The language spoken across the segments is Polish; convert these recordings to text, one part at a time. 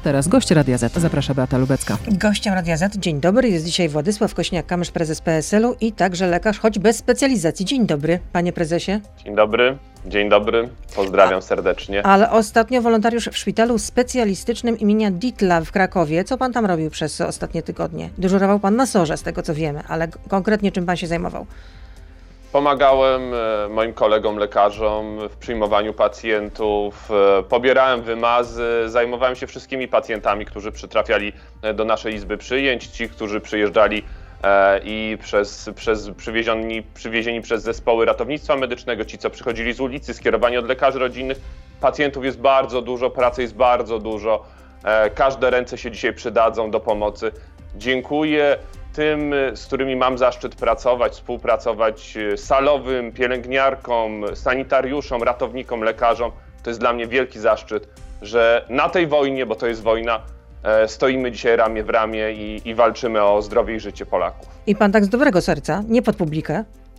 Teraz gość Radia Z. Zaprasza Beata Lubecka. Gościem Radia Z, dzień dobry, jest dzisiaj Władysław Kosiniak-Kamysz, prezes PSL-u i także lekarz, choć bez specjalizacji. Dzień dobry, panie prezesie. Dzień dobry, pozdrawiam serdecznie. Ale ostatnio wolontariusz w szpitalu specjalistycznym imienia Dietla w Krakowie. Co pan tam robił przez ostatnie tygodnie? Dyżurował pan na SOR-ze, z tego co wiemy, ale konkretnie czym pan się zajmował? Pomagałem moim kolegom lekarzom w przyjmowaniu pacjentów, pobierałem wymazy, zajmowałem się wszystkimi pacjentami, którzy przytrafiali do naszej izby przyjęć, ci, którzy przyjeżdżali i przywiezieni przez zespoły ratownictwa medycznego, ci, co przychodzili z ulicy, skierowani od lekarzy rodzinnych. Pacjentów jest bardzo dużo, pracy jest bardzo dużo, każde ręce się dzisiaj przydadzą do pomocy. Dziękuję tym, z którymi mam zaszczyt pracować, współpracować, salowym, pielęgniarkom, sanitariuszom, ratownikom, lekarzom. To jest dla mnie wielki zaszczyt, że na tej wojnie, bo to jest wojna, stoimy dzisiaj ramię w ramię i walczymy o zdrowie i życie Polaków. I pan tak z dobrego serca, nie pod publikę?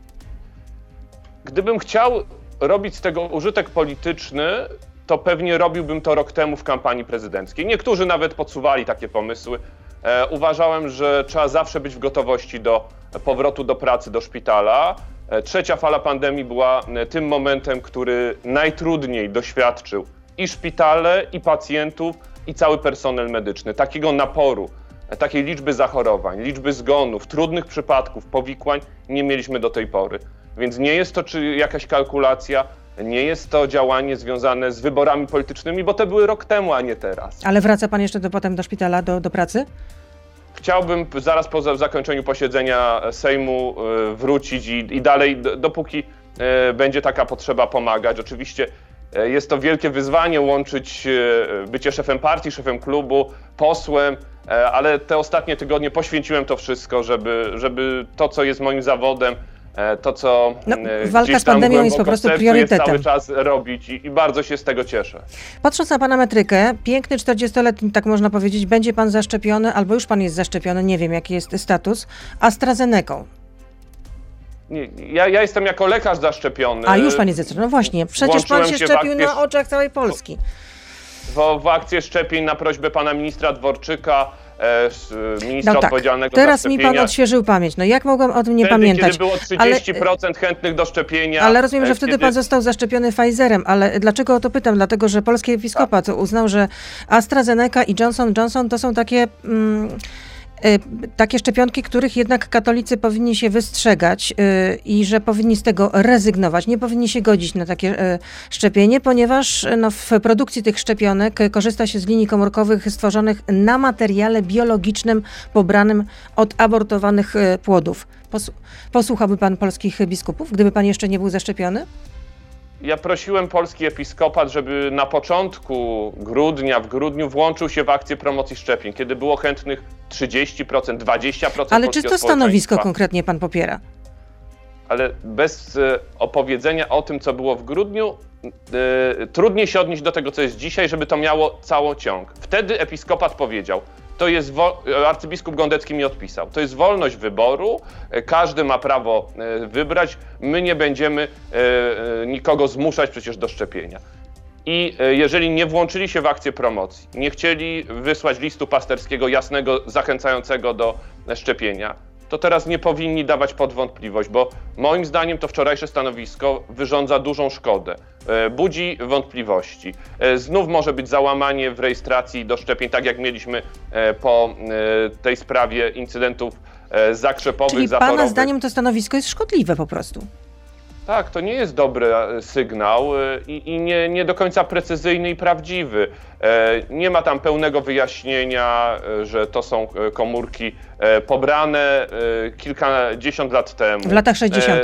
Gdybym chciał robić z tego użytek polityczny, to pewnie robiłbym to rok temu w kampanii prezydenckiej. Niektórzy nawet podsuwali takie pomysły. Uważałem, że trzeba zawsze być w gotowości do powrotu do pracy, do szpitala. Trzecia fala pandemii była tym momentem, który najtrudniej doświadczył i szpitale, i pacjentów, i cały personel medyczny. Takiego naporu, takiej liczby zachorowań, liczby zgonów, trudnych przypadków, powikłań nie mieliśmy do tej pory. Więc nie jest to jakaś kalkulacja, nie jest to działanie związane z wyborami politycznymi, bo te były rok temu, a nie teraz. Ale wraca pan jeszcze potem do szpitala, do pracy? Chciałbym zaraz po zakończeniu posiedzenia Sejmu wrócić i dalej, dopóki będzie taka potrzeba, pomagać. Oczywiście jest to wielkie wyzwanie łączyć bycie szefem partii, szefem klubu, posłem, ale te ostatnie tygodnie poświęciłem to wszystko, żeby to, co jest moim zawodem, to, co walka z pandemią jest po prostu priorytetem. Cały czas robić i bardzo się z tego cieszę. Patrząc na pana metrykę, piękny 40-letni, tak można powiedzieć, będzie pan zaszczepiony, albo już pan jest zaszczepiony, nie wiem jaki jest status, AstraZenecą. Ja jestem jako lekarz zaszczepiony. A już pan jest zaszczepiony, no właśnie, przecież pan się szczepił na oczach całej Polski. W akcję szczepień na prośbę pana ministra Dworczyka, ministra odpowiedzialnego teraz za szczepienia. Mi pan odświeżył pamięć. No jak mogłam o tym nie pamiętać? Kiedy było 30% chętnych do szczepienia. Ale rozumiem, że wtedy pan został zaszczepiony Pfizerem, ale dlaczego o to pytam? Dlatego, że polski episkopat uznał, że AstraZeneca i Johnson & Johnson to są takie szczepionki, których jednak katolicy powinni się wystrzegać i że powinni z tego rezygnować. Nie powinni się godzić na takie szczepienie, ponieważ w produkcji tych szczepionek korzysta się z linii komórkowych stworzonych na materiale biologicznym pobranym od abortowanych płodów. Posłuchałby pan polskich biskupów, gdyby pan jeszcze nie był zaszczepiony? Ja prosiłem polski episkopat, żeby na początku grudnia, w grudniu włączył się w akcję promocji szczepień, kiedy było chętnych 30%, 20%. Ale czy to stanowisko konkretnie pan popiera? Ale bez opowiedzenia o tym, co było w grudniu, trudniej się odnieść do tego, co jest dzisiaj, żeby to miało całociąg. Wtedy episkopat powiedział, arcybiskup Gondecki mi odpisał, to jest wolność wyboru, każdy ma prawo wybrać, my nie będziemy nikogo zmuszać przecież do szczepienia. I jeżeli nie włączyli się w akcję promocji, nie chcieli wysłać listu pasterskiego jasnego, zachęcającego do szczepienia, to teraz nie powinni dawać pod wątpliwość, bo moim zdaniem to wczorajsze stanowisko wyrządza dużą szkodę, budzi wątpliwości. Znów może być załamanie w rejestracji do szczepień, tak jak mieliśmy po tej sprawie incydentów zakrzepowych, czyli zaporowych. Pana zdaniem to stanowisko jest szkodliwe po prostu? Tak, to nie jest dobry sygnał i nie do końca precyzyjny i prawdziwy. Nie ma tam pełnego wyjaśnienia, że to są komórki pobrane kilkadziesiąt lat temu. W latach 60.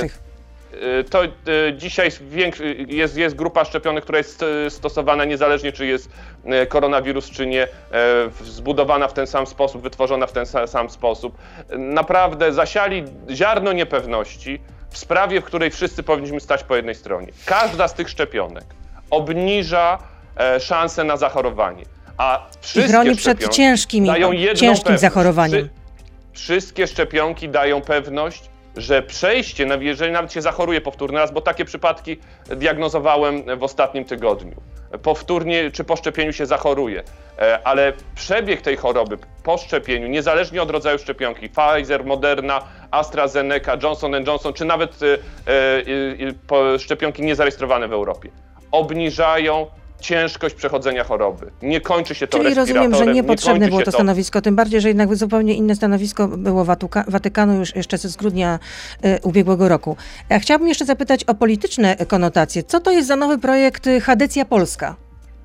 To dzisiaj jest grupa szczepionek, która jest stosowana niezależnie, czy jest koronawirus, czy nie, zbudowana w ten sam sposób, wytworzona w ten sam sposób. Naprawdę zasiali ziarno niepewności w sprawie, w której wszyscy powinniśmy stać po jednej stronie. Każda z tych szczepionek obniża szanse na zachorowanie, a wszystkie chroni przed ciężkim zachorowaniem. Wszystkie szczepionki dają pewność, że przejście, jeżeli nawet się zachoruje powtórny raz, bo takie przypadki diagnozowałem w ostatnim tygodniu, powtórnie czy po szczepieniu się zachoruje, ale przebieg tej choroby po szczepieniu, niezależnie od rodzaju szczepionki, Pfizer, Moderna, AstraZeneca, Johnson & Johnson, czy nawet szczepionki niezarejestrowane w Europie, obniżają ciężkość przechodzenia choroby. Nie kończy się to Czyli respiratorem. rozumiem, że niepotrzebne było to stanowisko, tym bardziej, że jednak zupełnie inne stanowisko było Watykanu już jeszcze z grudnia ubiegłego roku. Ja chciałabym jeszcze zapytać o polityczne konotacje. Co to jest za nowy projekt Hadecja Polska?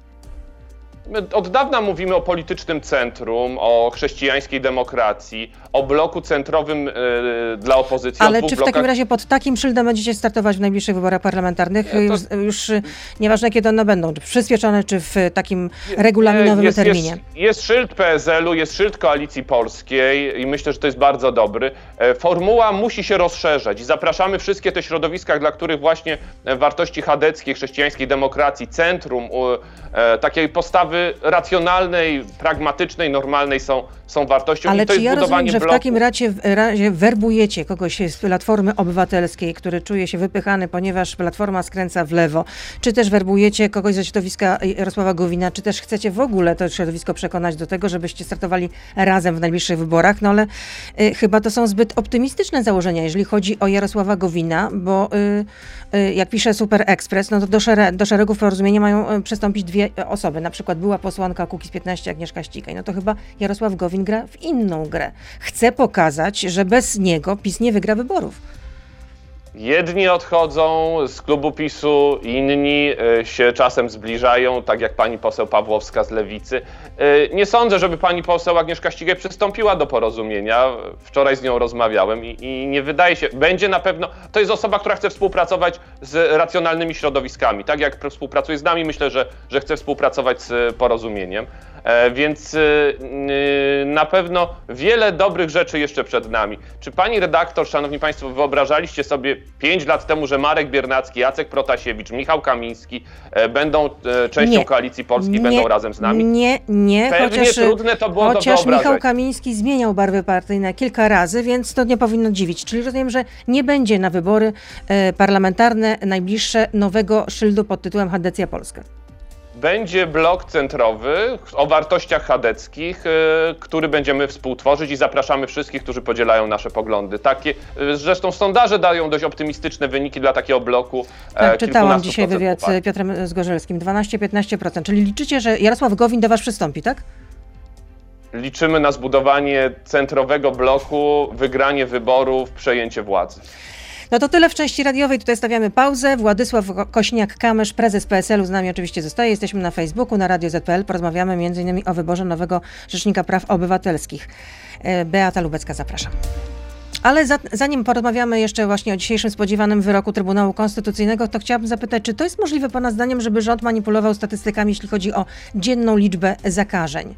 My od dawna mówimy o politycznym centrum, o chrześcijańskiej demokracji, o bloku centrowym dla opozycji. Ale czy w takim razie pod takim szyldem będziecie startować w najbliższych wyborach parlamentarnych? Już nieważne kiedy one będą, czy przyspieszone, czy w takim regulaminowym terminie? Jest szyld PSL-u, jest szyld Koalicji Polskiej i myślę, że to jest bardzo dobry. Formuła musi się rozszerzać i zapraszamy wszystkie te środowiska, dla których właśnie wartości chadeckiej, chrześcijańskiej demokracji, centrum, takiej postawy racjonalnej, pragmatycznej, normalnej są wartością. Ale i to czy jest ja rozumiem, że w bloku. takim razie werbujecie kogoś z Platformy Obywatelskiej, który czuje się wypychany, ponieważ Platforma skręca w lewo, czy też werbujecie kogoś ze środowiska Jarosława Gowina, czy też chcecie w ogóle to środowisko przekonać do tego, żebyście startowali razem w najbliższych wyborach, no ale chyba to są zbyt optymistyczne założenia, jeżeli chodzi o Jarosława Gowina, bo jak pisze Super Express, no to do szeregów Porozumienia mają przystąpić dwie osoby, na przykład była posłanka Kukiz15 Agnieszka Ścigaj, no to chyba Jarosław Gowin gra w inną grę. Chce pokazać, że bez niego PiS nie wygra wyborów. Jedni odchodzą z klubu PiS-u, inni się czasem zbliżają, tak jak pani poseł Pawłowska z Lewicy. Nie sądzę, żeby pani poseł Agnieszka Ścigaj przystąpiła do porozumienia. Wczoraj z nią rozmawiałem i nie wydaje się, będzie na pewno, to jest osoba, która chce współpracować z racjonalnymi środowiskami. Tak jak współpracuje z nami, myślę, że chce współpracować z Porozumieniem. Więc na pewno wiele dobrych rzeczy jeszcze przed nami. Czy pani redaktor, szanowni państwo, wyobrażaliście sobie 5 lat temu, że Marek Biernacki, Jacek Protasiewicz, Michał Kamiński będą częścią Koalicji Polskiej, będą razem z nami? Nie. Pewnie trudne to było do chociaż wyobrażenia. Michał Kamiński zmieniał barwy partyjne kilka razy, więc to nie powinno dziwić. Czyli rozumiem, że nie będzie na wybory parlamentarne najbliższe nowego szyldu pod tytułem Hadecja Polska. Będzie blok centrowy o wartościach chadeckich, który będziemy współtworzyć i zapraszamy wszystkich, którzy podzielają nasze poglądy. Zresztą sondaże dają dość optymistyczne wyniki dla takiego bloku. Tak, czytałam dzisiaj wywiad z Piotrem Zgorzelskim. 12-15%. Czyli liczycie, że Jarosław Gowin do was przystąpi, tak? Liczymy na zbudowanie centrowego bloku, wygranie wyborów, przejęcie władzy. No to tyle w części radiowej. Tutaj stawiamy pauzę. Władysław Kośniak-Kamysz, prezes PSL-u, z nami oczywiście zostaje. Jesteśmy na Facebooku, na Radio ZPL. Porozmawiamy m.in. o wyborze nowego Rzecznika Praw Obywatelskich. Beata Lubecka, zapraszam. Ale zanim porozmawiamy jeszcze właśnie o dzisiejszym spodziewanym wyroku Trybunału Konstytucyjnego, to chciałabym zapytać, czy to jest możliwe pana zdaniem, żeby rząd manipulował statystykami, jeśli chodzi o dzienną liczbę zakażeń?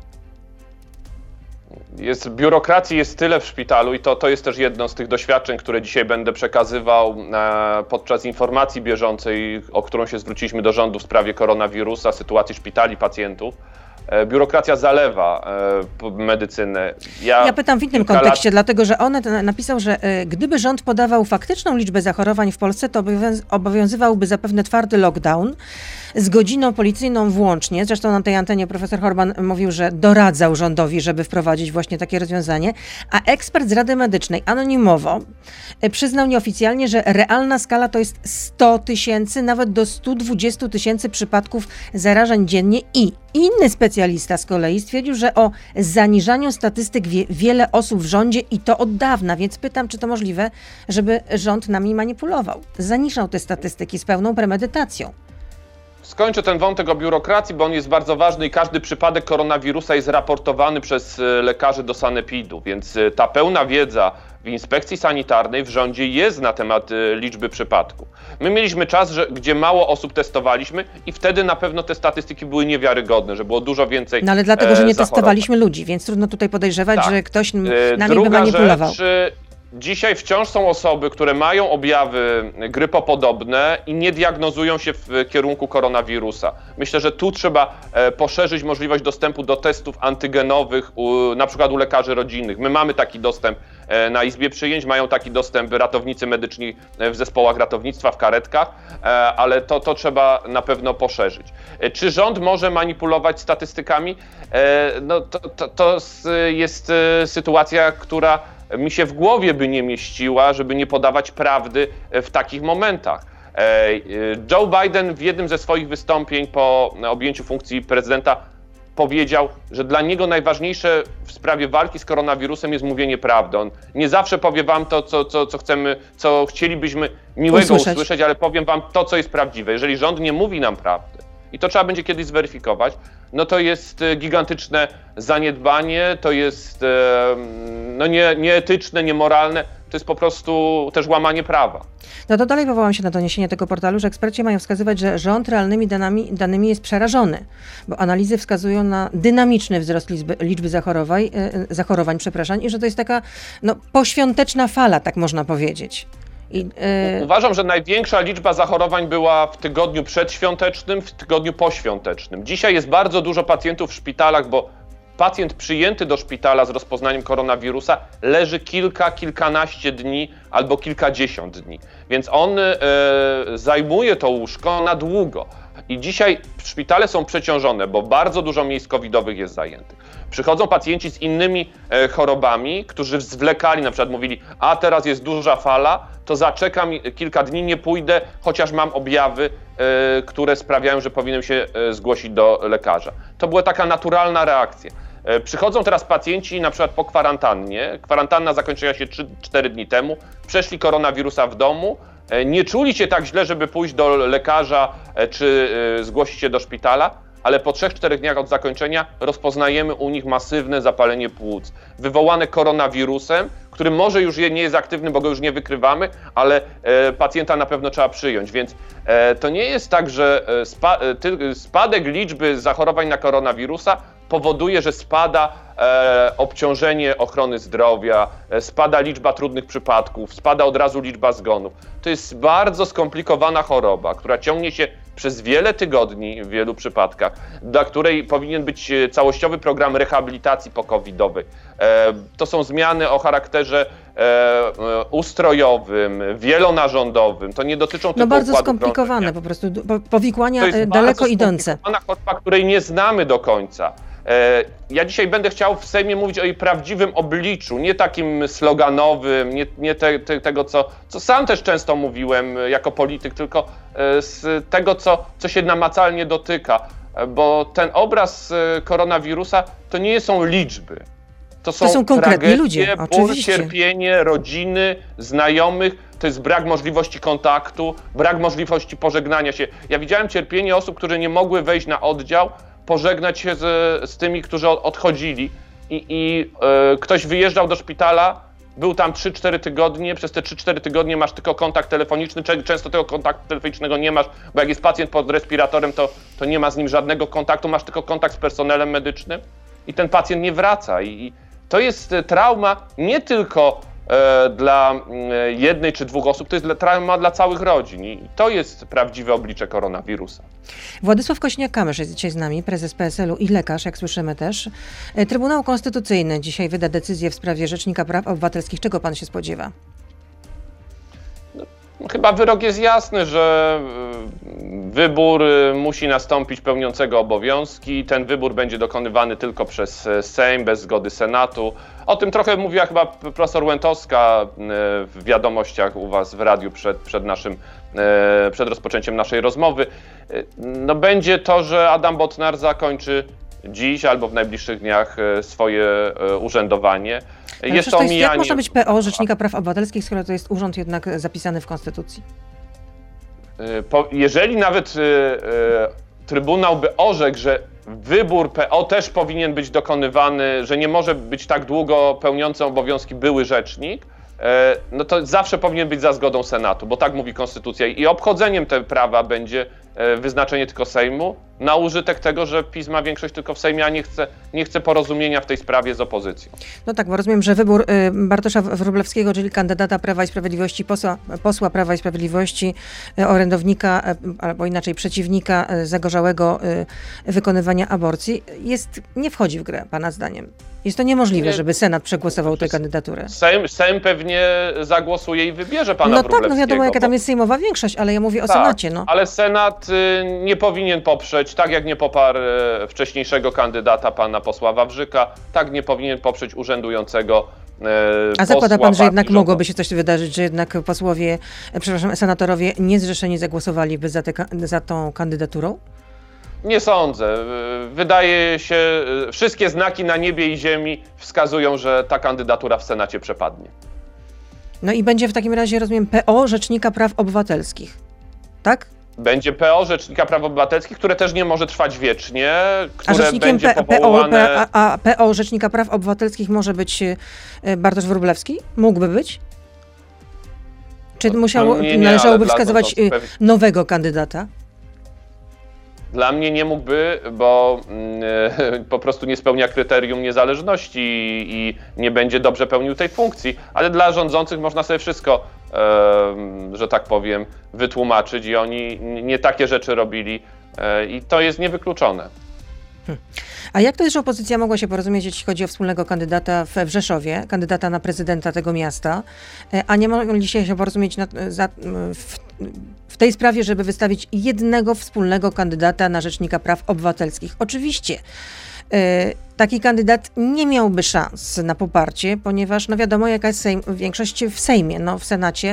Biurokracji jest tyle w szpitalu i to jest też jedno z tych doświadczeń, które dzisiaj będę przekazywał podczas informacji bieżącej, o którą się zwróciliśmy do rządu w sprawie koronawirusa, sytuacji szpitali, pacjentów. Biurokracja zalewa medycynę. Ja pytam w innym kontekście, dlatego że on napisał, że gdyby rząd podawał faktyczną liczbę zachorowań w Polsce, to obowiązywałby zapewne twardy lockdown z godziną policyjną włącznie. Zresztą na tej antenie profesor Horban mówił, że doradzał rządowi, żeby wprowadzić właśnie takie rozwiązanie. A ekspert z Rady Medycznej anonimowo przyznał nieoficjalnie, że realna skala to jest 100 000, nawet do 120 000 przypadków zarażeń dziennie i inny specjalista z kolei stwierdził, że o zaniżaniu statystyk wie wiele osób w rządzie i to od dawna, więc pytam, czy to możliwe, żeby rząd nami manipulował, zaniżał te statystyki z pełną premedytacją. Skończę ten wątek o biurokracji, bo on jest bardzo ważny i każdy przypadek koronawirusa jest raportowany przez lekarzy do sanepidu, więc ta pełna wiedza w inspekcji sanitarnej w rządzie jest na temat liczby przypadków. My mieliśmy czas, gdzie mało osób testowaliśmy i wtedy na pewno te statystyki były niewiarygodne, że było dużo więcej No ale dlatego, że nie testowaliśmy ludzi, więc trudno tutaj podejrzewać, że ktoś nami by manipulował. dzisiaj wciąż są osoby, które mają objawy grypopodobne i nie diagnozują się w kierunku koronawirusa. Myślę, że tu trzeba poszerzyć możliwość dostępu do testów antygenowych, na przykład u lekarzy rodzinnych. My mamy taki dostęp na izbie przyjęć, mają taki dostęp ratownicy medyczni w zespołach ratownictwa, w karetkach, ale to trzeba na pewno poszerzyć. Czy rząd może manipulować statystykami? No to jest sytuacja, która mi się w głowie by nie mieściła, żeby nie podawać prawdy w takich momentach. Joe Biden w jednym ze swoich wystąpień po objęciu funkcji prezydenta powiedział, że dla niego najważniejsze w sprawie walki z koronawirusem jest mówienie prawdy. On nie zawsze powie wam to, co chcemy, co chcielibyśmy miłego usłyszeć, ale powiem wam to, co jest prawdziwe. Jeżeli rząd nie mówi nam prawdy i to trzeba będzie kiedyś zweryfikować, no to jest gigantyczne zaniedbanie, to jest nieetyczne, niemoralne, to jest po prostu też łamanie prawa. No to dalej powołam się na doniesienie tego portalu, że eksperci mają wskazywać, że rząd realnymi danymi jest przerażony, bo analizy wskazują na dynamiczny wzrost liczby zachorowań, i że to jest taka poświąteczna fala, tak można powiedzieć. Uważam, że największa liczba zachorowań była w tygodniu przedświątecznym, w tygodniu poświątecznym. Dzisiaj jest bardzo dużo pacjentów w szpitalach, bo pacjent przyjęty do szpitala z rozpoznaniem koronawirusa leży kilkanaście dni albo kilkadziesiąt dni. Więc on zajmuje to łóżko na długo. I dzisiaj szpitale są przeciążone, bo bardzo dużo miejsc covidowych jest zajętych. Przychodzą pacjenci z innymi chorobami, którzy zwlekali, na przykład mówili, a teraz jest duża fala, to zaczekam kilka dni, nie pójdę, chociaż mam objawy, które sprawiają, że powinienem się zgłosić do lekarza. To była taka naturalna reakcja. Przychodzą teraz pacjenci na przykład po kwarantannie. Kwarantanna zakończyła się 3-4 dni temu. Przeszli koronawirusa w domu. Nie czuli się tak źle, żeby pójść do lekarza czy zgłosić się do szpitala, ale po 3-4 dniach od zakończenia rozpoznajemy u nich masywne zapalenie płuc, wywołane koronawirusem, który może już nie jest aktywny, bo go już nie wykrywamy, ale pacjenta na pewno trzeba przyjąć. Więc to nie jest tak, że spadek liczby zachorowań na koronawirusa powoduje, że spada obciążenie ochrony zdrowia, spada liczba trudnych przypadków, spada od razu liczba zgonów. To jest bardzo skomplikowana choroba, która ciągnie się przez wiele tygodni w wielu przypadkach, dla której powinien być całościowy program rehabilitacji po-covidowej. To są zmiany o charakterze ustrojowym, wielonarządowym. To nie dotyczą tylko bardzo układu skomplikowane krążenia. po prostu, powikłania daleko idące. To jest bardzo choroba, której nie znamy do końca. Ja dzisiaj będę chciał w Sejmie mówić o jej prawdziwym obliczu, nie takim sloganowym, nie tego, co sam też często mówiłem jako polityk, tylko z tego, co się namacalnie dotyka. Bo ten obraz koronawirusa to nie są liczby. To są konkretni ludzie, ból, oczywiście. cierpienie, rodziny, znajomych. To jest brak możliwości kontaktu, brak możliwości pożegnania się. Ja widziałem cierpienie osób, które nie mogły wejść na oddział, pożegnać się z tymi, którzy odchodzili i ktoś wyjeżdżał do szpitala, był tam 3-4 tygodnie, przez te 3-4 tygodnie masz tylko kontakt telefoniczny, często tego kontaktu telefonicznego nie masz, bo jak jest pacjent pod respiratorem, to nie ma z nim żadnego kontaktu, masz tylko kontakt z personelem medycznym i ten pacjent nie wraca. I to jest trauma nie tylko dla jednej czy dwóch osób, to jest trauma dla całych rodzin i to jest prawdziwe oblicze koronawirusa. Władysław Kosiniak-Kamysz jest dzisiaj z nami, prezes PSL-u i lekarz, jak słyszymy też. Trybunał Konstytucyjny dzisiaj wyda decyzję w sprawie Rzecznika Praw Obywatelskich. Czego pan się spodziewa? Chyba wyrok jest jasny, że wybór musi nastąpić pełniącego obowiązki. Ten wybór będzie dokonywany tylko przez Sejm, bez zgody Senatu. O tym trochę mówiła chyba profesor Łętowska w wiadomościach u was w radiu przed rozpoczęciem naszej rozmowy. No będzie to, że Adam Bodnar zakończy dziś albo w najbliższych dniach swoje urzędowanie. Jest to omijanie... Jak można być PO, Rzecznika Praw Obywatelskich, skoro to jest urząd jednak zapisany w Konstytucji? Jeżeli nawet Trybunał by orzekł, że wybór PO też powinien być dokonywany, że nie może być tak długo pełniący obowiązki były rzecznik, no to zawsze powinien być za zgodą Senatu, bo tak mówi Konstytucja. I obchodzeniem tego prawa będzie wyznaczenie tylko Sejmu na użytek tego, że PiS ma większość tylko w Sejmie, a nie chce porozumienia w tej sprawie z opozycją. No tak, bo rozumiem, że wybór Bartosza Wróblewskiego, czyli kandydata Prawa i Sprawiedliwości, posła Prawa i Sprawiedliwości, orędownika, albo inaczej przeciwnika zagorzałego wykonywania aborcji, nie wchodzi w grę, pana zdaniem. Jest to niemożliwe, żeby Senat przegłosował tę kandydaturę. Sejm pewnie zagłosuje i wybierze pana No Wróblewskiego. tak, no wiadomo, jaka tam jest sejmowa większość, ale ja mówię o Senacie. No. Ale Senat nie powinien poprzeć, tak jak nie poparł wcześniejszego kandydata, pana posła Wawrzyka, tak nie powinien poprzeć urzędującego A zakłada pan, że jednak rządzącej. mogłoby się coś wydarzyć, że jednak senatorowie niezrzeszeni zagłosowaliby za tą kandydaturą? Nie sądzę. Wydaje się, wszystkie znaki na niebie i ziemi wskazują, że ta kandydatura w Senacie przepadnie. No i będzie w takim razie, rozumiem, PO Rzecznika Praw Obywatelskich, tak? Będzie PO Rzecznika Praw Obywatelskich, które też nie może trwać wiecznie, A które rzecznikiem będzie powoływane... PO Rzecznika Praw Obywatelskich może być Bartosz Wróblewski? Mógłby być? Czy należałoby wskazywać nowego kandydata? Dla mnie nie mógłby, bo po prostu nie spełnia kryterium niezależności i nie będzie dobrze pełnił tej funkcji, ale dla rządzących można sobie wszystko, że tak powiem, wytłumaczyć i oni nie takie rzeczy robili i to jest niewykluczone. A jak to jest, że opozycja mogła się porozumieć, jeśli chodzi o wspólnego kandydata w Rzeszowie, kandydata na prezydenta tego miasta, a nie mogliście się porozumieć w tej sprawie, żeby wystawić jednego wspólnego kandydata na Rzecznika Praw Obywatelskich? Oczywiście taki kandydat nie miałby szans na poparcie, ponieważ no wiadomo, jaka jest większość w Sejmie, no w Senacie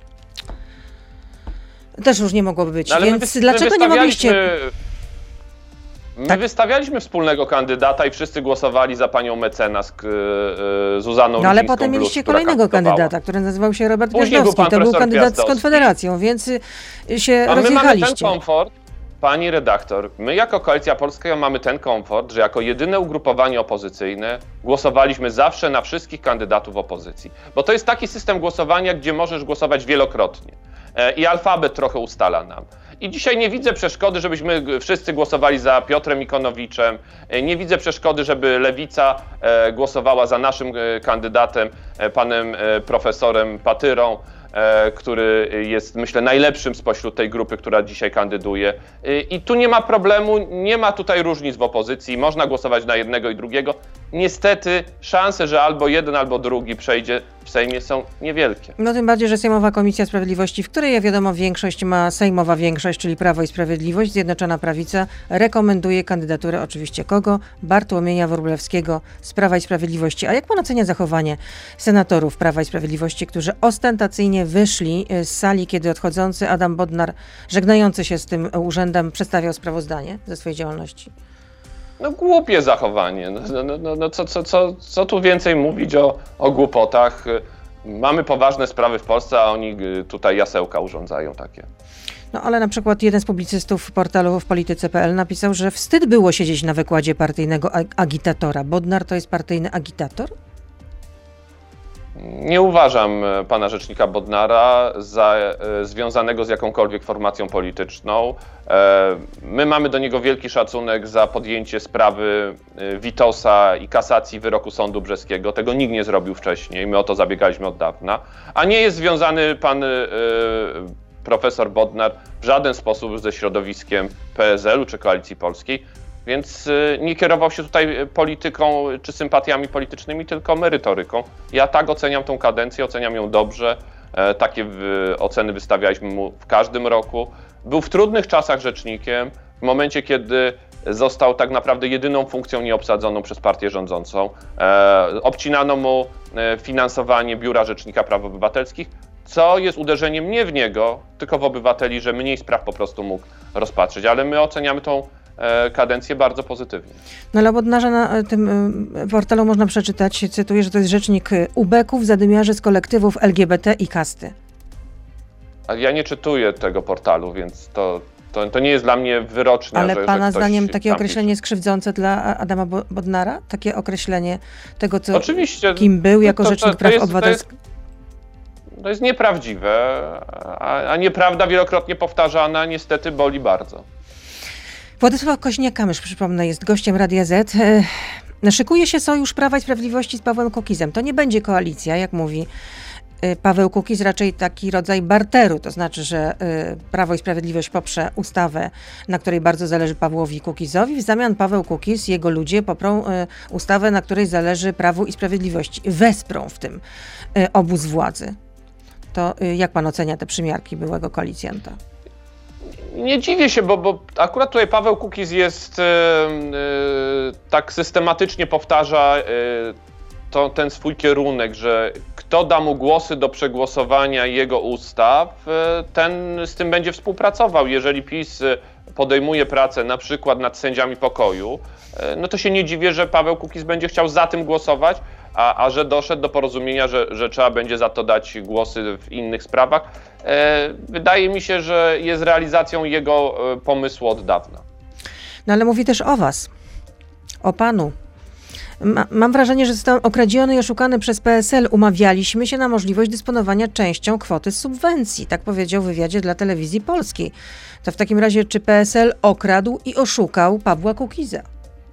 też już nie mogłoby być, Ale więc dlaczego nie mogliście... My wystawialiśmy wspólnego kandydata i wszyscy głosowali za panią mecenas Zuzaną No ale Rudzińską-Bluszcz, potem mieliście która kolejnego kandydowała. kandydata, który nazywał się Robert Później Gwiazdowski. był pan To był profesor kandydat z Gwiazdowski. Konfederacją, więc się A my mamy ten rozjechaliście. komfort, pani redaktor, my jako Koalicja Polska mamy ten komfort, że jako jedyne ugrupowanie opozycyjne głosowaliśmy zawsze na wszystkich kandydatów opozycji. Bo to jest taki system głosowania, gdzie możesz głosować wielokrotnie. I alfabet trochę ustala nam. I dzisiaj nie widzę przeszkody, żebyśmy wszyscy głosowali za Piotrem Ikonowiczem. Nie widzę przeszkody, żeby Lewica głosowała za naszym kandydatem, panem profesorem Patyrą, który jest, myślę, najlepszym spośród tej grupy, która dzisiaj kandyduje. I tu nie ma problemu, nie ma tutaj różnic w opozycji, można głosować na jednego i drugiego. Niestety szanse, że albo jeden, albo drugi przejdzie w Sejmie, są niewielkie. No tym bardziej, że Sejmowa Komisja Sprawiedliwości, w której, jak wiadomo, sejmowa większość, czyli Prawo i Sprawiedliwość, Zjednoczona Prawica, rekomenduje kandydaturę oczywiście kogo? Bartłomieja Wróblewskiego z Prawa i Sprawiedliwości. A jak pan ocenia zachowanie senatorów Prawa i Sprawiedliwości, którzy ostentacyjnie wyszli z sali, kiedy odchodzący Adam Bodnar, żegnający się z tym urzędem, przedstawiał sprawozdanie ze swojej działalności? No głupie zachowanie. Co tu więcej mówić o głupotach? Mamy poważne sprawy w Polsce, a oni tutaj jasełka urządzają takie. No ale na przykład jeden z publicystów portalu w polityce.pl napisał, że wstyd było siedzieć na wykładzie partyjnego agitatora. Bodnar to jest partyjny agitator? Nie uważam pana rzecznika Bodnara za związanego z jakąkolwiek formacją polityczną. My mamy do niego wielki szacunek za podjęcie sprawy Witosa i kasacji wyroku sądu brzeskiego. Tego nikt nie zrobił wcześniej, my o to zabiegaliśmy od dawna. A nie jest związany pan profesor Bodnar w żaden sposób ze środowiskiem PSL-u czy Koalicji Polskiej. Więc nie kierował się tutaj polityką czy sympatiami politycznymi, tylko merytoryką. Ja tak oceniam tą kadencję, oceniam ją dobrze. Takie oceny wystawialiśmy mu w każdym roku. Był w trudnych czasach rzecznikiem, w momencie, kiedy został tak naprawdę jedyną funkcją nieobsadzoną przez partię rządzącą. Obcinano mu finansowanie Biura Rzecznika Praw Obywatelskich, co jest uderzeniem nie w niego, tylko w obywateli, że mniej spraw po prostu mógł rozpatrzyć. Ale my oceniamy tą kadencję bardzo pozytywnie. No ale Bodnarza na tym portalu można przeczytać, cytuję, że to jest rzecznik ubeków, zadymiarzy z kolektywów LGBT i kasty. A ja nie czytuję tego portalu, więc to nie jest dla mnie wyrocznia. Ale pana że zdaniem takie tam określenie jest krzywdzące dla Adama Bodnara? Takie określenie tego, co, oczywiście, kim był jako rzecznik praw obywatelskich? To jest nieprawdziwe, a nieprawda wielokrotnie powtarzana niestety boli bardzo. Władysław Koźniak-Kamysz, przypomnę, jest gościem Radia Z. Szykuje się sojusz Prawa i Sprawiedliwości z Pawłem Kukizem. To nie będzie koalicja, jak mówi Paweł Kukiz, raczej taki rodzaj barteru. To znaczy, że Prawo i Sprawiedliwość poprze ustawę, na której bardzo zależy Pawłowi Kukizowi. W zamian Paweł Kukiz, jego ludzie poprą ustawę, na której zależy Prawu i Sprawiedliwości. Wesprą w tym obóz władzy. To jak pan ocenia te przymiarki byłego koalicjanta? Nie dziwię się, bo akurat tutaj Paweł Kukiz jest, tak systematycznie powtarza ten swój kierunek, że kto da mu głosy do przegłosowania jego ustaw, ten z tym będzie współpracował. Jeżeli PiS podejmuje pracę na przykład nad sędziami pokoju, no to się nie dziwię, że Paweł Kukiz będzie chciał za tym głosować, a że doszedł do porozumienia, że trzeba będzie za to dać głosy w innych sprawach. Wydaje mi się, że jest realizacją jego pomysłu od dawna. No ale mówi też o was, o panu. Mam wrażenie, że został okradziony i oszukany przez PSL. Umawialiśmy się na możliwość dysponowania częścią kwoty z subwencji. Tak powiedział w wywiadzie dla Telewizji Polskiej. To w takim razie, czy PSL okradł i oszukał Pawła Kukiza?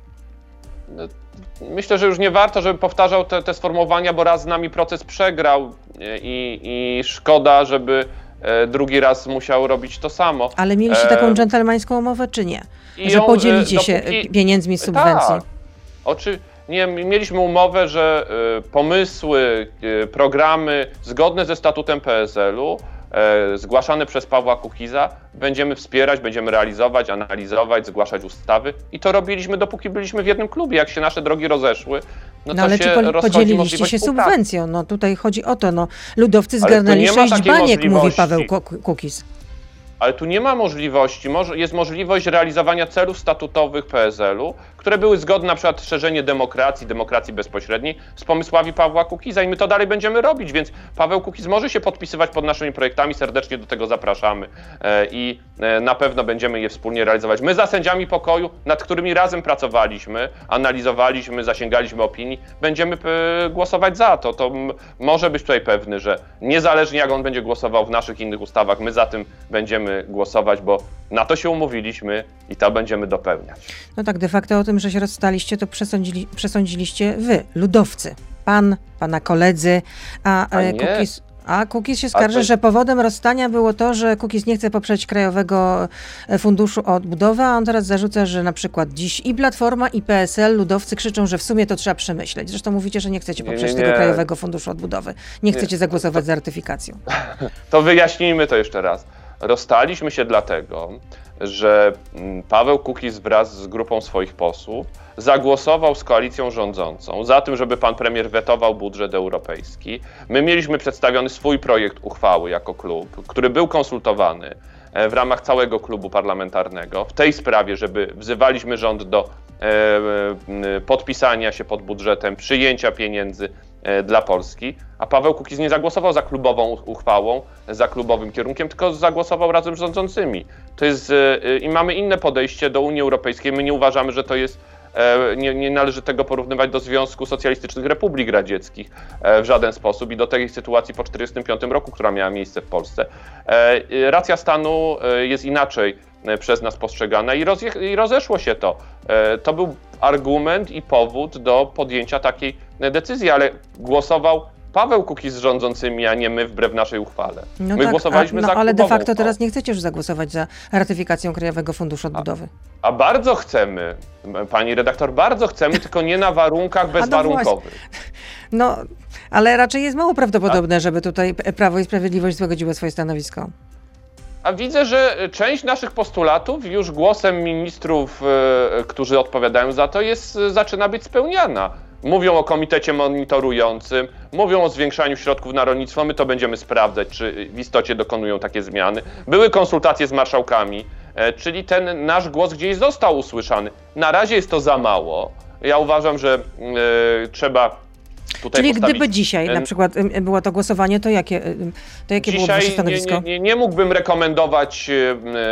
Myślę, że już nie warto, żeby powtarzał te sformułowania, bo raz z nami proces przegrał i szkoda, żeby drugi raz musiał robić to samo. Ale mieliście taką dżentelmeńską umowę, czy nie? Że podzielicie się pieniędzmi z subwencji? Tak. Nie, mieliśmy umowę, że pomysły, programy zgodne ze statutem PSL-u, zgłaszane przez Pawła Kukiza, będziemy wspierać, będziemy realizować, analizować, zgłaszać ustawy. I to robiliśmy, dopóki byliśmy w jednym klubie. Jak się nasze drogi rozeszły, no to ale się czy podzieliliście się subwencją? No tutaj chodzi o to, ludowcy zgarnęli 6 baniek, mówi Paweł Kukiz. Ale tu nie ma możliwości, jest możliwość realizowania celów statutowych PSL-u, które były zgodne, na przykład szerzenie demokracji bezpośredniej z pomysłami Pawła Kukiza i my to dalej będziemy robić, więc Paweł Kukiz może się podpisywać pod naszymi projektami, serdecznie do tego zapraszamy i na pewno będziemy je wspólnie realizować. My za sędziami pokoju, nad którymi razem pracowaliśmy, analizowaliśmy, zasięgaliśmy opinii, będziemy głosować za to. To może być tutaj pewny, że niezależnie jak on będzie głosował w naszych innych ustawach, my za tym będziemy głosować, bo na to się umówiliśmy i to będziemy dopełniać. No tak, de facto o tym, że się rozstaliście, to przesądziliście wy, ludowcy. Pana koledzy, a Kukiz się skarży, że powodem rozstania było to, że Kukiz nie chce poprzeć Krajowego Funduszu Odbudowy, a on teraz zarzuca, że na przykład dziś i Platforma, i PSL, ludowcy krzyczą, że w sumie to trzeba przemyśleć. Zresztą mówicie, że nie chcecie poprzeć tego Krajowego Funduszu Odbudowy. Nie chcecie zagłosować za ratyfikacją. To wyjaśnijmy to jeszcze raz. Rozstaliśmy się dlatego, że Paweł Kukiz wraz z grupą swoich posłów zagłosował z koalicją rządzącą za tym, żeby pan premier wetował budżet europejski. My mieliśmy przedstawiony swój projekt uchwały jako klub, który był konsultowany w ramach całego klubu parlamentarnego w tej sprawie, żeby wzywaliśmy rząd do podpisania się pod budżetem, przyjęcia pieniędzy dla Polski, a Paweł Kukiz nie zagłosował za klubową uchwałą, za klubowym kierunkiem, tylko zagłosował razem z rządzącymi. To jest i mamy inne podejście do Unii Europejskiej. My nie uważamy, że to jest, nie należy tego porównywać do Związku Socjalistycznych Republik Radzieckich w żaden sposób i do tej sytuacji po 1945 roku, która miała miejsce w Polsce. Racja stanu jest inaczej przez nas postrzegana i rozeszło się to. To był argument i powód do podjęcia takiej decyzji, ale głosował Paweł Kukiz z rządzącymi, a nie my wbrew naszej uchwale. No my tak, głosowaliśmy za ale de facto uchwałą. Teraz nie chcecie już zagłosować za ratyfikacją Krajowego Funduszu Odbudowy. A bardzo chcemy, pani redaktor, bardzo chcemy, tylko nie na warunkach bezwarunkowych. No, ale raczej jest mało prawdopodobne, żeby tutaj Prawo i Sprawiedliwość złagodziło swoje stanowisko. A widzę, że część naszych postulatów już głosem ministrów, którzy odpowiadają za to, zaczyna być spełniana. Mówią o komitecie monitorującym, mówią o zwiększaniu środków na rolnictwo, my to będziemy sprawdzać, czy w istocie dokonują takie zmiany. Były konsultacje z marszałkami, czyli ten nasz głos gdzieś został usłyszany. Na razie jest to za mało. Ja uważam, że trzeba tutaj Czyli postawić... gdyby dzisiaj na przykład było to głosowanie, to jakie byłoby wasze stanowisko? Nie mógłbym rekomendować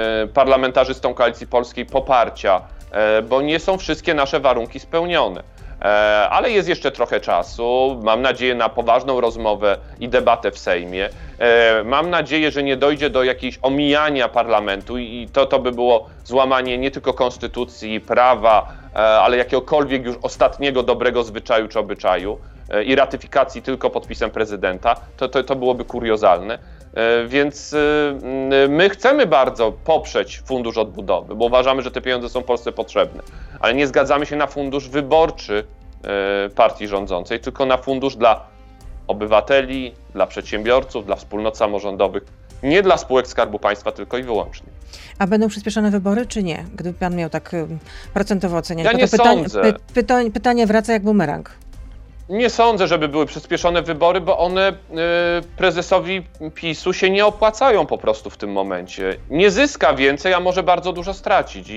parlamentarzystom Koalicji Polskiej poparcia, bo nie są wszystkie nasze warunki spełnione. ale jest jeszcze trochę czasu. Mam nadzieję na poważną rozmowę i debatę w Sejmie. Mam nadzieję, że nie dojdzie do jakiegoś omijania parlamentu i to by było złamanie nie tylko konstytucji, prawa, ale jakiegokolwiek już ostatniego dobrego zwyczaju czy obyczaju i ratyfikacji tylko podpisem prezydenta. To byłoby kuriozalne. Więc my chcemy bardzo poprzeć Fundusz Odbudowy, bo uważamy, że te pieniądze są Polsce potrzebne, ale nie zgadzamy się na fundusz wyborczy partii rządzącej, tylko na fundusz dla obywateli, dla przedsiębiorców, dla wspólnot samorządowych, nie dla spółek Skarbu Państwa tylko i wyłącznie. A będą przyspieszone wybory, czy nie? Gdyby pan miał tak procentowo oceniać. Ja nie sądzę. Pytanie wraca jak bumerang. Nie sądzę, żeby były przyspieszone wybory, bo one prezesowi PiS-u się nie opłacają po prostu w tym momencie. Nie zyska więcej, a może bardzo dużo stracić.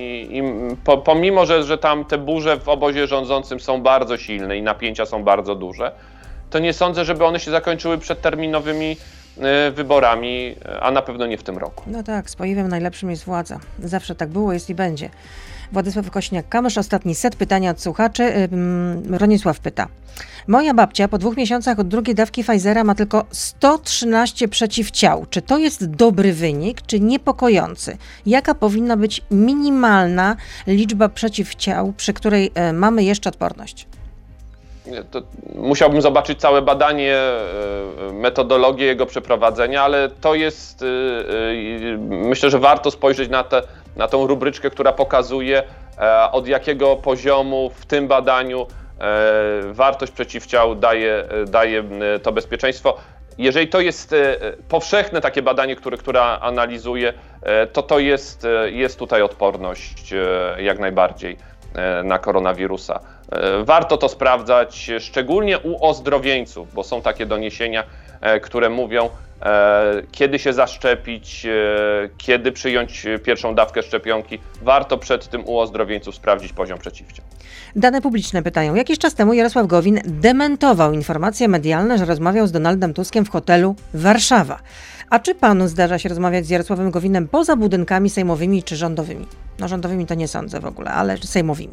Pomimo, że tam te burze w obozie rządzącym są bardzo silne i napięcia są bardzo duże, to nie sądzę, żeby one się zakończyły przedterminowymi wyborami, a na pewno nie w tym roku. No tak, z poiwem najlepszym jest władza. Zawsze tak było, jest i będzie. Władysław Kośniak-Kamysz, ostatni set pytania od słuchaczy. Ronisław pyta. Moja babcia po 2 miesiącach od drugiej dawki Pfizera ma tylko 113 przeciwciał. Czy to jest dobry wynik, czy niepokojący? Jaka powinna być minimalna liczba przeciwciał, przy której mamy jeszcze odporność? To musiałbym zobaczyć całe badanie, metodologię jego przeprowadzenia, ale to jest, myślę, że warto spojrzeć na tą rubryczkę, która pokazuje, od jakiego poziomu w tym badaniu wartość przeciwciał daje to bezpieczeństwo. Jeżeli to jest powszechne takie badanie, które analizuje, to jest tutaj odporność jak najbardziej na koronawirusa. Warto to sprawdzać, szczególnie u ozdrowieńców, bo są takie doniesienia, które mówią, kiedy się zaszczepić, kiedy przyjąć pierwszą dawkę szczepionki. Warto przed tym u ozdrowieńców sprawdzić poziom przeciwciał. Dane publiczne pytają. Jakiś czas temu Jarosław Gowin dementował informacje medialne, że rozmawiał z Donaldem Tuskiem w hotelu Warszawa. A czy panu zdarza się rozmawiać z Jarosławem Gowinem poza budynkami sejmowymi czy rządowymi? No rządowymi to nie sądzę w ogóle, ale sejmowymi.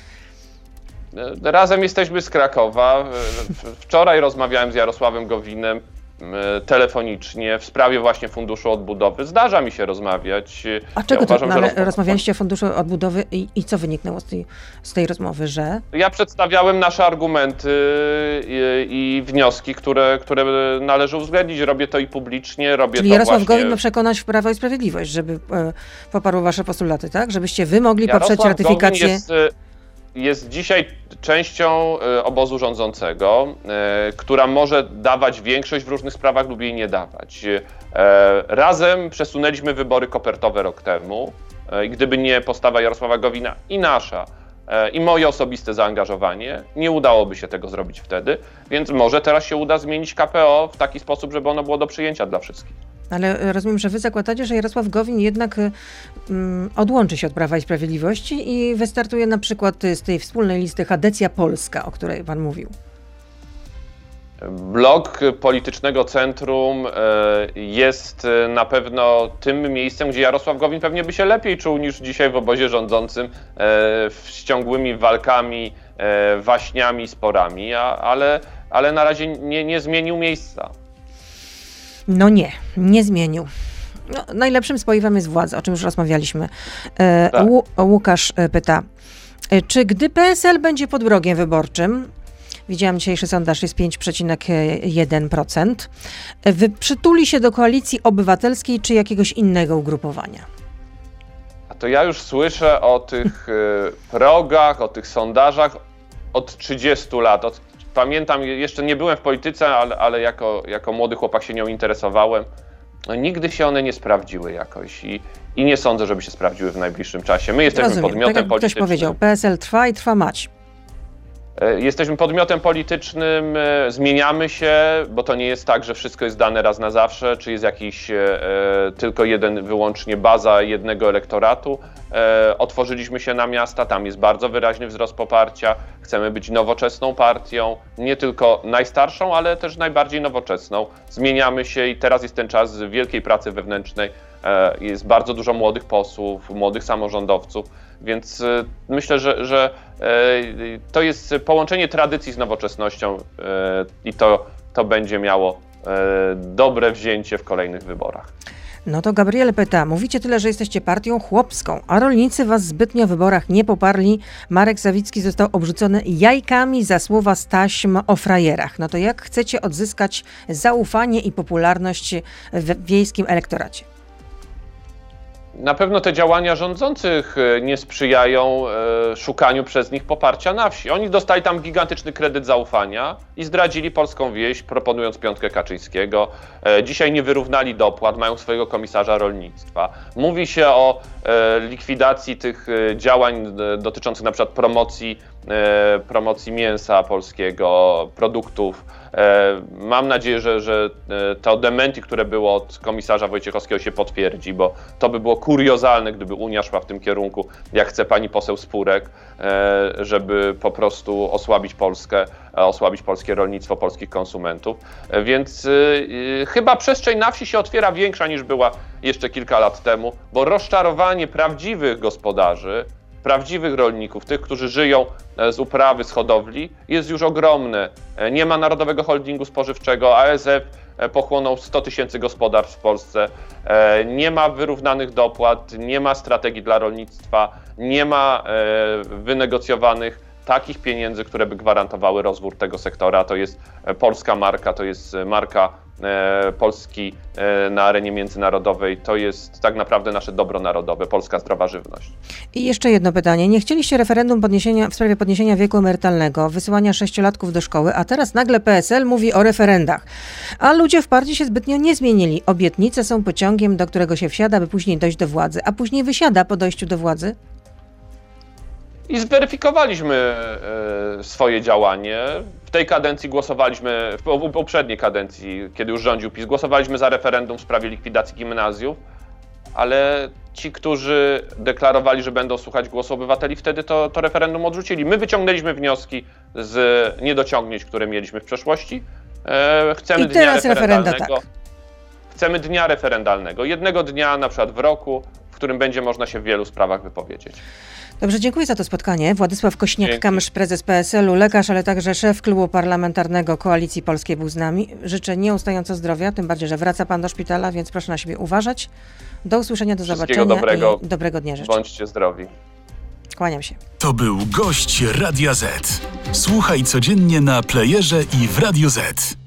Razem jesteśmy z Krakowa. Wczoraj rozmawiałem z Jarosławem Gowinem telefonicznie w sprawie właśnie Funduszu Odbudowy. Zdarza mi się rozmawiać. A czego rozmawialiście o Funduszu Odbudowy i co wyniknęło z tej rozmowy, że? Ja przedstawiałem nasze argumenty i wnioski, które należy uwzględnić. Robię to i publicznie, Czyli to Jarosław właśnie... Gowin ma przekonać w Prawo i Sprawiedliwość, żeby poparł wasze postulaty, tak? Żebyście wy mogli Jarosław poprzeć ratyfikację... Gowin jest dzisiaj częścią obozu rządzącego, która może dawać większość w różnych sprawach lub jej nie dawać. Razem przesunęliśmy wybory kopertowe rok temu i gdyby nie postawa Jarosława Gowina i nasza, i moje osobiste zaangażowanie, nie udałoby się tego zrobić wtedy, więc może teraz się uda zmienić KPO w taki sposób, żeby ono było do przyjęcia dla wszystkich. Ale rozumiem, że wy zakładacie, że Jarosław Gowin jednak odłączy się od Prawa i Sprawiedliwości i wystartuje na przykład z tej wspólnej listy Hadecja Polska, o której pan mówił. Blok Politycznego Centrum jest na pewno tym miejscem, gdzie Jarosław Gowin pewnie by się lepiej czuł niż dzisiaj w obozie rządzącym, z ciągłymi walkami, waśniami, sporami, ale na razie nie zmienił miejsca. No nie zmienił. No, najlepszym spoiwem jest władza, o czym już rozmawialiśmy. Tak. Łukasz pyta, czy gdy PSL będzie pod progiem wyborczym, widziałam dzisiejszy sondaż, jest 5,1%, przytuli się do Koalicji Obywatelskiej czy jakiegoś innego ugrupowania? A to ja już słyszę o tych progach, o tych sondażach od 30 lat. Pamiętam, jeszcze nie byłem w polityce, ale jako młody chłopak się nią interesowałem. No, nigdy się one nie sprawdziły jakoś i nie sądzę, żeby się sprawdziły w najbliższym czasie. My jesteśmy podmiotem tak jak politycznym. Ktoś powiedział, PSL trwa i trwa mać. Jesteśmy podmiotem politycznym, zmieniamy się, bo to nie jest tak, że wszystko jest dane raz na zawsze, czy jest jakiś tylko jeden, wyłącznie baza jednego elektoratu. Otworzyliśmy się na miasta, tam jest bardzo wyraźny wzrost poparcia. Chcemy być nowoczesną partią, nie tylko najstarszą, ale też najbardziej nowoczesną. Zmieniamy się i teraz jest ten czas wielkiej pracy wewnętrznej, jest bardzo dużo młodych posłów, młodych samorządowców, więc myślę, że to jest połączenie tradycji z nowoczesnością i to będzie miało dobre wzięcie w kolejnych wyborach. No to Gabriel pyta, mówicie tyle, że jesteście partią chłopską, a rolnicy was zbytnio w wyborach nie poparli. Marek Sawicki został obrzucony jajkami za słowa z taśm o frajerach. No to jak chcecie odzyskać zaufanie i popularność w wiejskim elektoracie? Na pewno te działania rządzących nie sprzyjają szukaniu przez nich poparcia na wsi. Oni dostali tam gigantyczny kredyt zaufania i zdradzili polską wieś, proponując piątkę Kaczyńskiego. Dzisiaj nie wyrównali dopłat, mają swojego komisarza rolnictwa. Mówi się o likwidacji tych działań dotyczących na przykład promocji mięsa polskiego, produktów. Mam nadzieję, że to dementi, które było od komisarza Wojciechowskiego, się potwierdzi, bo to by było kuriozalne, gdyby Unia szła w tym kierunku, jak chce pani poseł Spurek, żeby po prostu osłabić Polskę, osłabić polskie rolnictwo, polskich konsumentów. Więc chyba przestrzeń na wsi się otwiera większa niż była jeszcze kilka lat temu, bo rozczarowanie prawdziwych gospodarzy, prawdziwych rolników, tych, którzy żyją z uprawy, z hodowli, jest już ogromne. Nie ma Narodowego Holdingu Spożywczego, ASF pochłonął 100 000 gospodarstw w Polsce, nie ma wyrównanych dopłat, nie ma strategii dla rolnictwa, nie ma wynegocjowanych takich pieniędzy, które by gwarantowały rozwój tego sektora. To jest polska marka, to jest marka Polski na arenie międzynarodowej, to jest tak naprawdę nasze dobro narodowe, polska zdrowa żywność. I jeszcze jedno pytanie. Nie chcieliście referendum w sprawie podniesienia wieku emerytalnego, wysyłania 6-latków do szkoły, a teraz nagle PSL mówi o referendach. A ludzie w partii się zbytnio nie zmienili. Obietnice są pociągiem, do którego się wsiada, by później dojść do władzy, a później wysiada po dojściu do władzy. I zweryfikowaliśmy swoje działanie. W tej kadencji głosowaliśmy, w poprzedniej kadencji, kiedy już rządził PiS, głosowaliśmy za referendum w sprawie likwidacji gimnazjów, ale ci, którzy deklarowali, że będą słuchać głosu obywateli, wtedy to referendum odrzucili. My wyciągnęliśmy wnioski z niedociągnięć, które mieliśmy w przeszłości. Chcemy dnia referendalnego. Tak. Chcemy dnia referendalnego. Jednego dnia, na przykład w roku, w którym będzie można się w wielu sprawach wypowiedzieć. Dobrze, dziękuję za to spotkanie. Władysław Kośniak-Kamysz, prezes PSL-u, lekarz, ale także szef klubu parlamentarnego Koalicji Polskiej był z nami. Życzę nieustająco zdrowia, tym bardziej, że wraca pan do szpitala, więc proszę na siebie uważać. Do usłyszenia, do zobaczenia dobrego, i dobrego dnia życzę. Bądźcie zdrowi. Kłaniam się. To był gość Radia Z. Słuchaj codziennie na playerze i w Radio Z.